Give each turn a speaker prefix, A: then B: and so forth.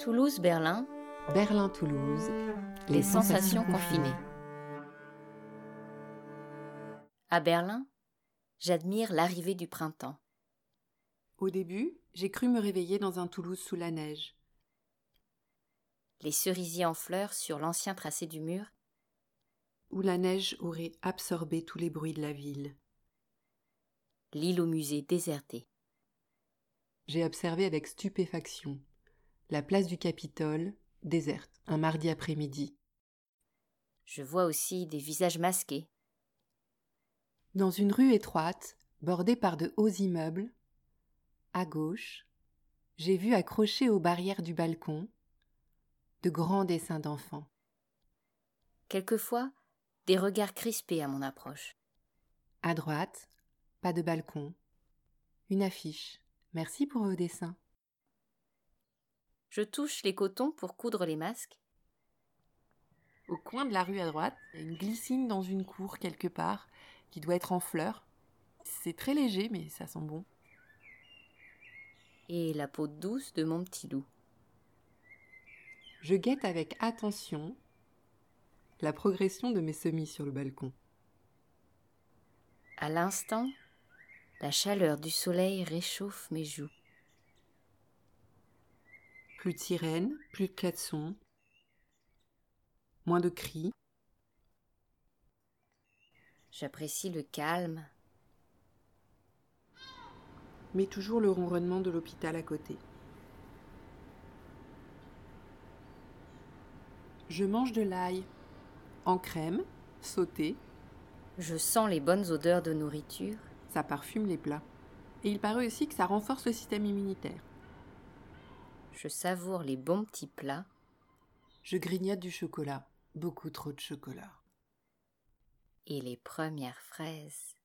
A: Toulouse-Berlin,
B: Berlin-Toulouse,
A: les sensations confinées. À Berlin, j'admire l'arrivée du printemps.
B: Au début, j'ai cru me réveiller dans un Toulouse sous la neige.
A: Les cerisiers en fleurs sur l'ancien tracé du mur,
B: Où la neige aurait absorbé tous les bruits de la ville.
A: l'île au musée désertée.
B: J'ai observé avec stupéfaction la place du Capitole, déserte, un mardi après-midi.
A: Je vois aussi des visages masqués,
B: Dans une rue étroite, bordée par de hauts immeubles, à gauche, j'ai vu accrochés aux barrières du balcon de grands dessins d'enfants.
A: quelquefois des regards crispés à mon approche.
B: À droite, pas de balcon, une affiche. Merci pour vos dessins.
A: Je touche les cotons pour coudre les masques.
B: Au coin de la rue à droite, il y a une glycine dans une cour quelque part qui doit être en fleurs. C'est très léger, mais ça sent bon.
A: Et la peau douce de mon petit loup.
B: Je guette avec attention la progression de mes semis sur le balcon.
A: À l'instant, la chaleur du soleil réchauffe mes joues.
B: Plus de sirènes, plus de klaxons, moins de cris.
A: J'apprécie le calme,
B: Mais toujours le ronronnement de l'hôpital à côté. Je mange de l'ail, en crème, sauté,
A: je sens les bonnes odeurs de nourriture.
B: ça parfume les plats. Et il paraît aussi que ça renforce le système immunitaire.
A: Je savoure les bons petits plats
B: Je grignote du chocolat, beaucoup trop de chocolat.
A: et les premières fraises.